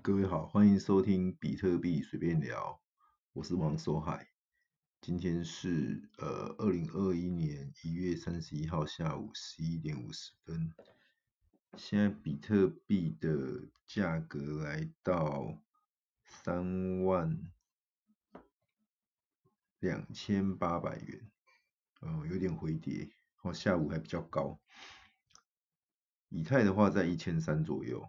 各位好，欢迎收听比特币随便聊，我是王守海。今天是2021年1月31号下午11点50分。现在比特币的价格来到32800元，有点回跌，下午还比较高。以太的话在1300左右。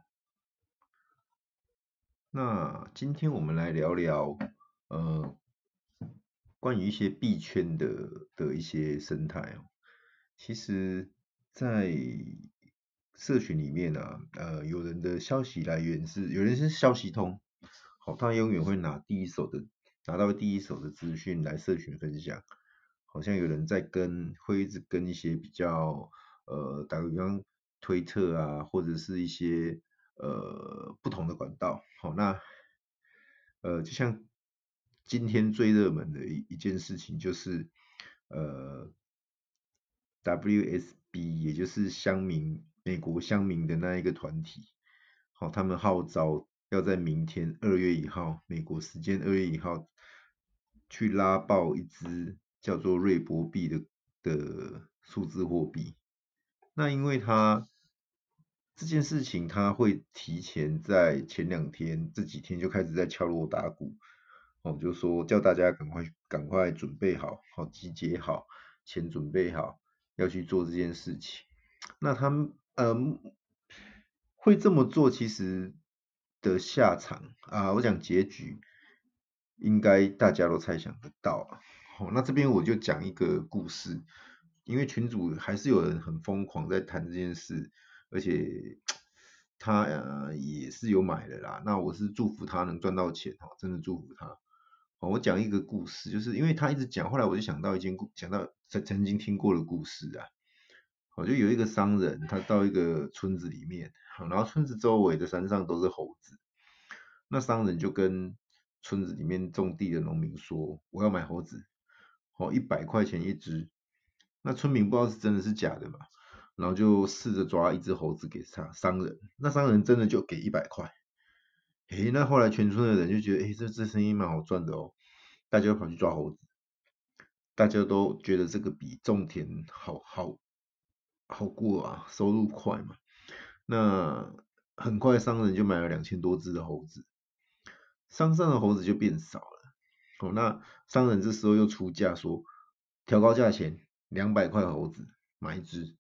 那今天我们来聊聊，关于一些币圈的一些生态哦。其实，在社群里面啊，有人的消息来源是，有人是消息通，好，他永远会拿到第一手的资讯来社群分享。好像有人会一直跟一些比较，打个比方，推特啊，或者是一些不同的管道，好，那就像今天最热门的一件事情就是呃 WSB，也就是美国乡民的那一个团体，好，他们号召要在明天2月1号，美国时间2月1号去拉爆一只叫做瑞波币的数字货币。那因为这件事情，它会提前在前2天、这几天就开始在敲锣打鼓，就说叫大家赶快准备好，集结好，钱准备好，要去做这件事情。那他们会这么做，其实的下场啊，我讲结局，应该大家都猜想得到啊。好，那这边我就讲一个故事，因为群主还是有人很疯狂在谈这件事，而且他也是有买的啦。那我是祝福他能赚到钱哦，真的祝福他。好，我讲一个故事，就是因为他一直讲，后来我就想到曾经听过的故事啊。就有一个商人，他到一个村子里面，然后村子周围的山上都是猴子。那商人就跟村子里面种地的农民说：“我要买猴子，100块钱一只。”那村民不知道是真的是假的嘛，然后就试着抓一只猴子给商人。那商人真的就给100块。那后来全村的人就觉得，这生意蛮好赚的哦，大家都跑去抓猴子，大家都觉得这个比种田好过啊，收入快嘛。那很快商人就买了2000多只的猴子，山上的猴子就变少了。那商人这时候又出价说，调高价钱，200块猴子买一只。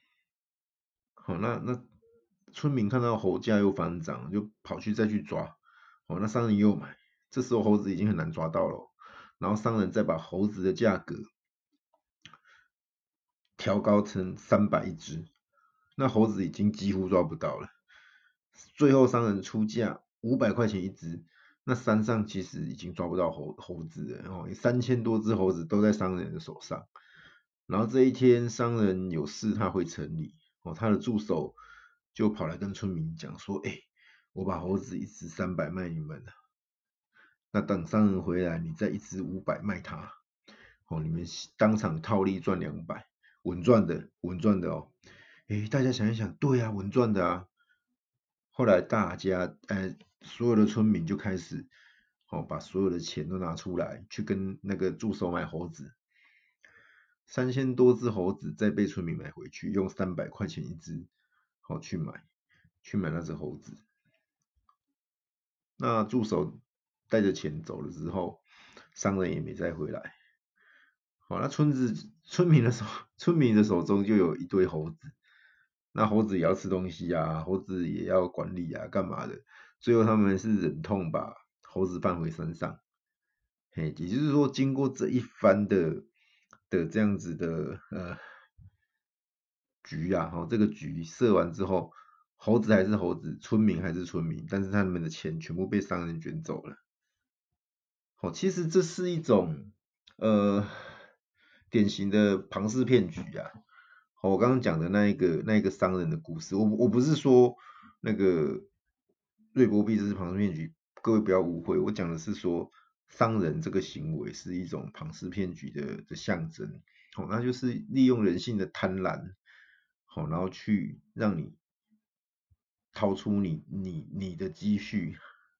那村民看到猴价又翻涨，就跑去再去抓。那商人又买，这时候猴子已经很难抓到了。然后商人再把猴子的价格调高成300一只，那猴子已经几乎抓不到了。最后商人出价500块钱一只，那山上其实已经抓不到猴子了，3000多只猴子都在商人的手上。然后这一天商人有事他回城里，他的助手就跑来跟村民讲说，我把猴子一只300卖你们了，那等商人回来，你再一只500卖他，你们当场套利赚200，稳赚的，稳赚的哦。大家想一想，对啊，稳赚的啊。后来所有的村民就开始，把所有的钱都拿出来，去跟那个助手买猴子。3000多只猴子再被村民买回去，用300块钱一只，去买那只猴子。那助手带着钱走了之后，商人也没再回来。那村民的手中就有一堆猴子。那猴子也要吃东西啊，猴子也要管理啊，干嘛的？最后他们是忍痛把猴子放回山上。也就是说，经过这一番的这样子的局啊，这个局设完之后，猴子还是猴子，村民还是村民，但是他们的钱全部被商人卷走了。其实这是一种典型的庞氏骗局啊。我刚刚讲的那一个商人的故事，我不是说那个瑞波币这是庞氏骗局，各位不要误会，我讲的是说商人这个行为是一种庞氏骗局的象征。那就是利用人性的贪婪，然后去让你掏出你的积蓄，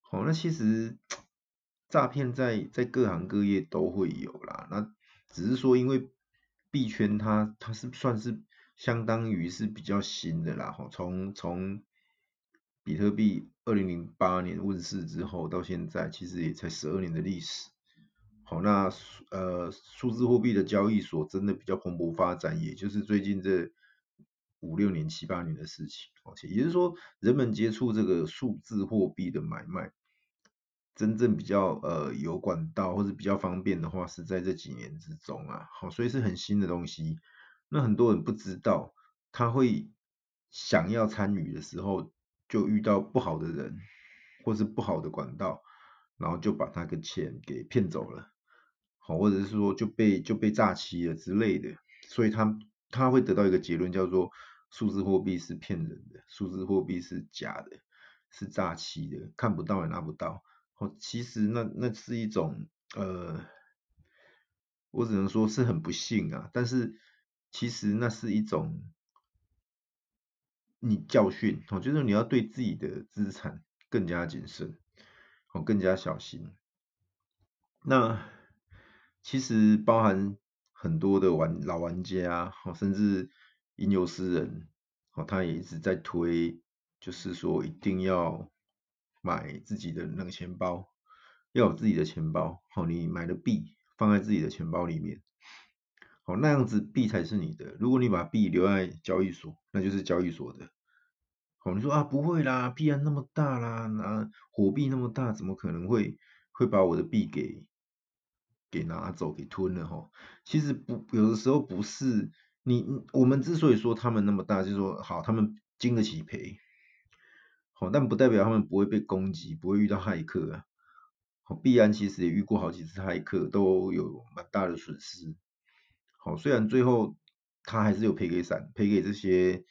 好，那其实诈骗在各行各业都会有啦，那只是说因为币圈它是算是相当于是比较新的啦，吼，从比特币2008年问世之后到现在，其实也才12年的历史。好，那数字货币的交易所真的比较蓬勃发展，也就是最近这5、6年、7、8年的事情。也就是说，人们接触这个数字货币的买卖，真正比较有管道或者比较方便的话，是在这几年之中啊。好，所以是很新的东西。那很多人不知道，他会想要参与的时候，就遇到不好的人，或是不好的管道，然后就把他的钱给骗走了。好，或者是说就被诈欺了之类的，所以他会得到一个结论，叫做数字货币是骗人的，数字货币是假的，是诈欺的，看不到也拿不到。哦，其实那是一种我只能说是很不幸啊，但是其实那是一种你教训哦，就是你要对自己的资产更加谨慎，哦，更加小心。那其实包含很多的老玩家，哦，甚至吟游诗人，哦，他也一直在推，就是说一定要买自己的冷钱包，要有自己的钱包，好，你买的币放在自己的钱包里面，好，那样子币才是你的。如果你把币留在交易所，那就是交易所的。好，你说啊不会啦，币安那么大啦，火币那么大，怎么可能会把我的币给拿走，给吞了哈？其实不，有的时候不是我们之所以说他们那么大，就是说好，他们经得起赔，好，但不代表他们不会被攻击，不会遇到骇客啊。好，币安其实也遇过好几次骇客，都有蛮大的损失。好，虽然最后他还是有赔给这些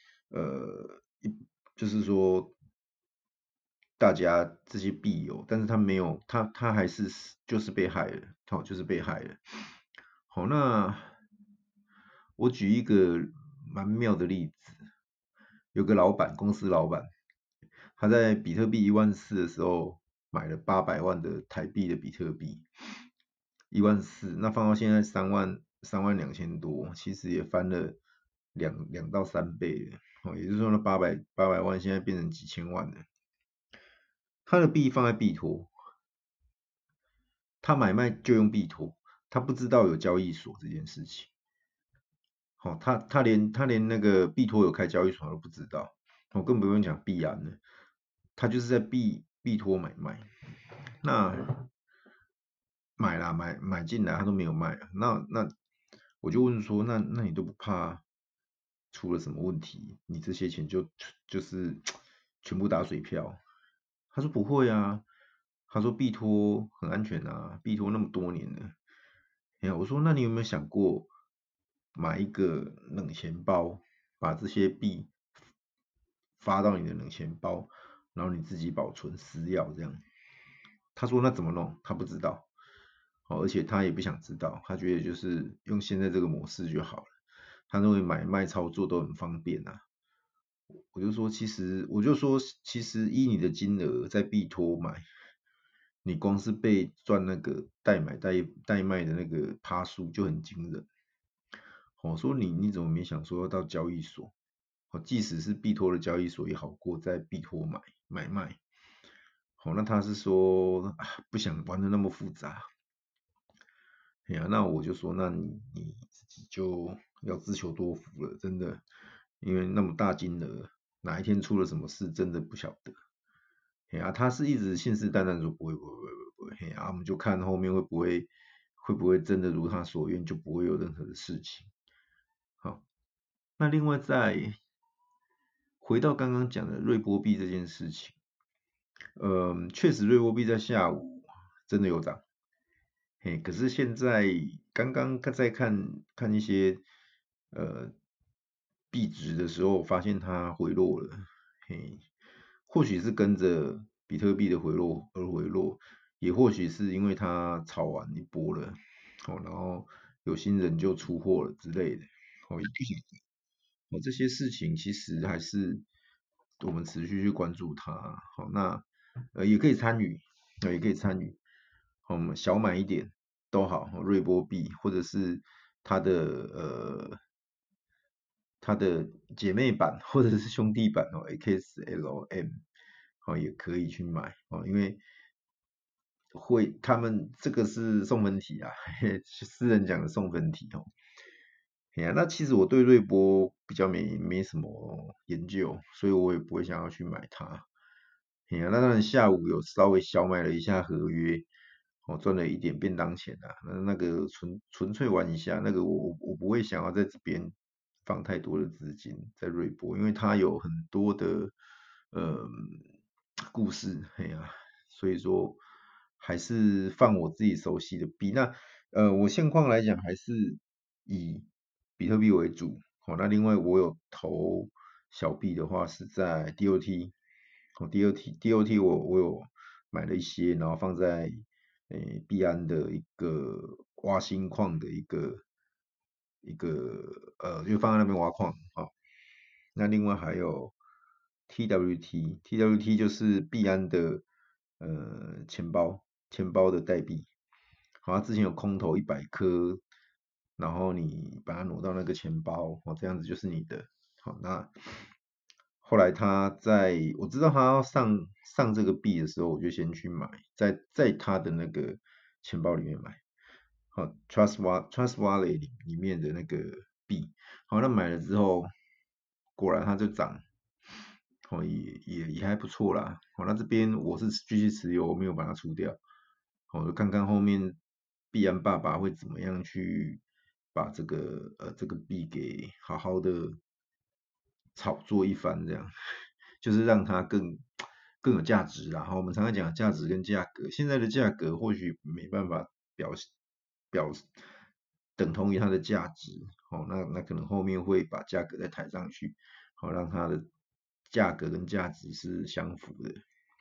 就是说大家这些币友，但是他没有，他还是就是被害了，好，就是被害了。好，那我举一个蛮妙的例子，有个公司老板，他在比特币14000的时候买了800万的台币的比特币，14000，那放到现在32000多，其实也翻了2到3倍了。哦，也就是说，那八百万现在变成几千万了。他的币放在币托，他买卖就用币托，他不知道有交易所这件事情。好，他连那个币托有开交易所都不知道，我更不用讲币安了，他就是在币托买卖。那买啦，买进来他都没有卖啊，那我就问说，那你都不怕出了什么问题，你这些钱就是全部打水漂？他说不会啊，他说币托很安全啊，币托那么多年了。哎呀，我说那你有没有想过买一个冷钱包，把这些币发到你的冷钱包，然后你自己保存私钥这样？他说那怎么弄？他不知道。哦，而且他也不想知道，他觉得就是用现在这个模式就好了。他认为买卖操作都很方便啊。我就说，其实依你的金额在币托买，你光是被赚那个代卖的那个趴数就很惊人。我说你怎么没想说要到交易所？哦，即使是币托的交易所也好过在币托买卖。好，那他是说啊不想玩的那么复杂。哎呀，那我就说，那你自己就要自求多福了，真的，因为那么大金额，哪一天出了什么事，真的不晓得。哎呀，他是一直信誓旦旦说不会，嘿呀，我们就看后面会不会真的如他所愿，就不会有任何的事情。好，那另外再回到刚刚讲的瑞波币这件事情，确实瑞波币在下午真的有涨。嘿，可是现在刚刚在看看一些呃币值的时候，发现它回落了。嘿，或许是跟着比特币的回落而回落，也或许是因为它炒完一波了，哦，然后有心人就出货了之类的。哦，也不晓得。哦，这些事情其实还是我们持续去关注它。好，那也可以参与。 也可以参与，小买一点都好，瑞波币或者是它的它的姐妹版或者是兄弟版XLM也可以去买因为他们这个是送分题啊，私人讲的送分题哎呀，那其实我对瑞波比较没什么研究，所以我也不会想要去买它。哎呀，那当然下午有稍微小买了一下合约，赚了一点便当钱啊。那个纯粹玩一下，那个我不会想要在这边放太多的资金在瑞波，因为它有很多的呃故事，哎呀，所以说还是放我自己熟悉的币。那我现况来讲还是以比特币为主，那另外我有投小币的话是在 DOT，DOT 我有买了一些，然后放在币安的一个挖新矿的就放在那边挖矿那另外还有 TWT 就是币安的钱包的代币，好，它之前有空投100颗，然后你把它挪到那个钱包，这样子就是你的。好，那后来我知道他要上这个币的时候，我就先去买，在他的那个钱包里面买，好，Trust Wallet 里面的那个币，好，那买了之后，果然它就涨，也还不错啦，好，那这边我是继续持有，我没有把它出掉，就看看后面币安爸爸会怎么样去把这个币给好好的炒作一番，这样就是让它更有价值啦。然后我们常常讲价值跟价格，现在的价格或许没办法表等同于它的价值，那可能后面会把价格再抬上去，让它的价格跟价值是相符的。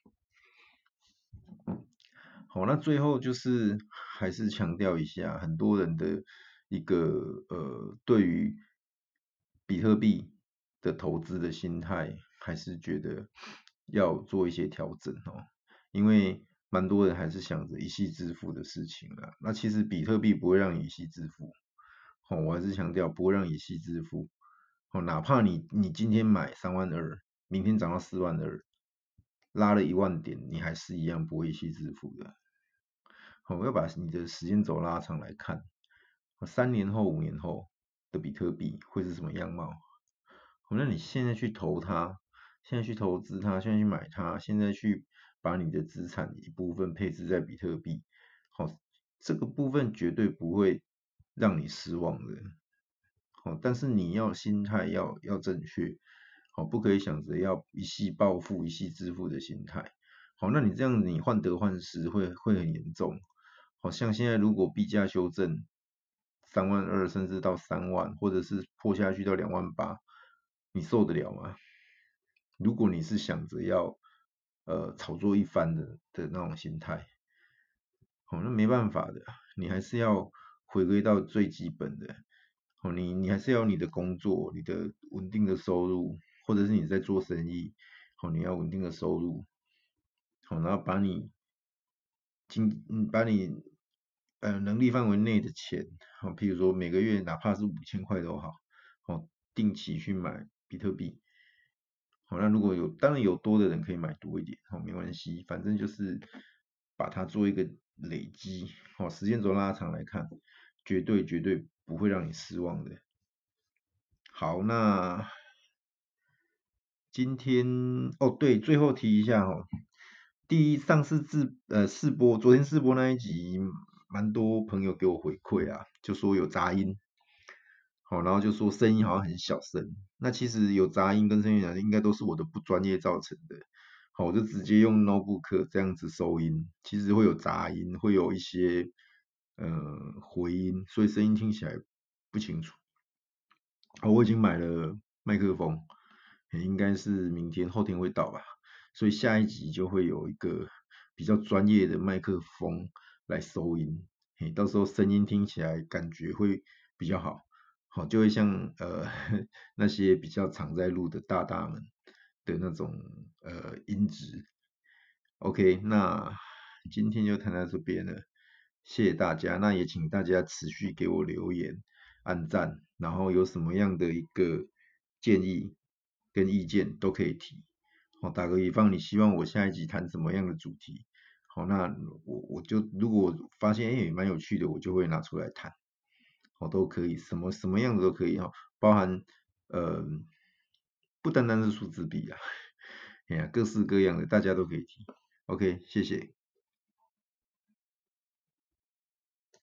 好，那最后就是还是强调一下，很多人的一个对于比特币的投资的心态，还是觉得要做一些调整因为蛮多人还是想着一夕致富的事情啦。那其实比特币不会让你一夕致富，我还是强调不会让你一夕致富，哪怕你今天买32000，明天涨到42000，拉了10000点，你还是一样不会一夕致富的。要把你的时间轴拉长来看，3年后、5年后的比特币会是什么样貌？那你现在去投它，现在去投资它，现在去买它，现在去把你的资产一部分配置在比特币，这个部分绝对不会让你失望的。但是你要心态要正确，不可以想着要一夕暴富、一夕致富的心态。那你这样你患得患失会很严重。好像现在如果币价修正32000甚至到3万，或者是破下去到28000，你受得了吗？如果你是想着要炒作一番的那种心态，那没办法的，你还是要回归到最基本的。你还是要你的工作，你的稳定的收入，或者是你在做生意，你要稳定的收入，然后把你能力范围内的钱，譬如说每个月哪怕是5000块都好，定期去买比特币，那如果当然有多的人可以买多一点，没关系，反正就是把它做一个累积，时间轴拉长来看，绝对不会让你失望的。好，那今天对，最后提一下上次试播，昨天试播那一集，蛮多朋友给我回馈啊，就说有杂音，然后就说声音好像很小声。那其实有杂音跟声音应该都是我的不专业造成的。我就直接用 notebook 这样子收音，其实会有杂音，会有一些回音，所以声音听起来不清楚。我已经买了麦克风，应该是明天后天会到吧，所以下一集就会有一个比较专业的麦克风来收音，到时候声音听起来感觉会比较好，就会像那些比较常在录的大们的那种音质。OK，那今天就谈到这边了，谢谢大家。那也请大家持续给我留言、按赞，然后有什么样的一个建议跟意见都可以提。好，打个比方，你希望我下一集谈什么样的主题？好，那我就如果发现蛮有趣的，我就会拿出来谈。好，都可以，什么样子都可以哈，包含呃不单单是数字币啊，哎呀，各式各样的大家都可以提。OK，谢谢。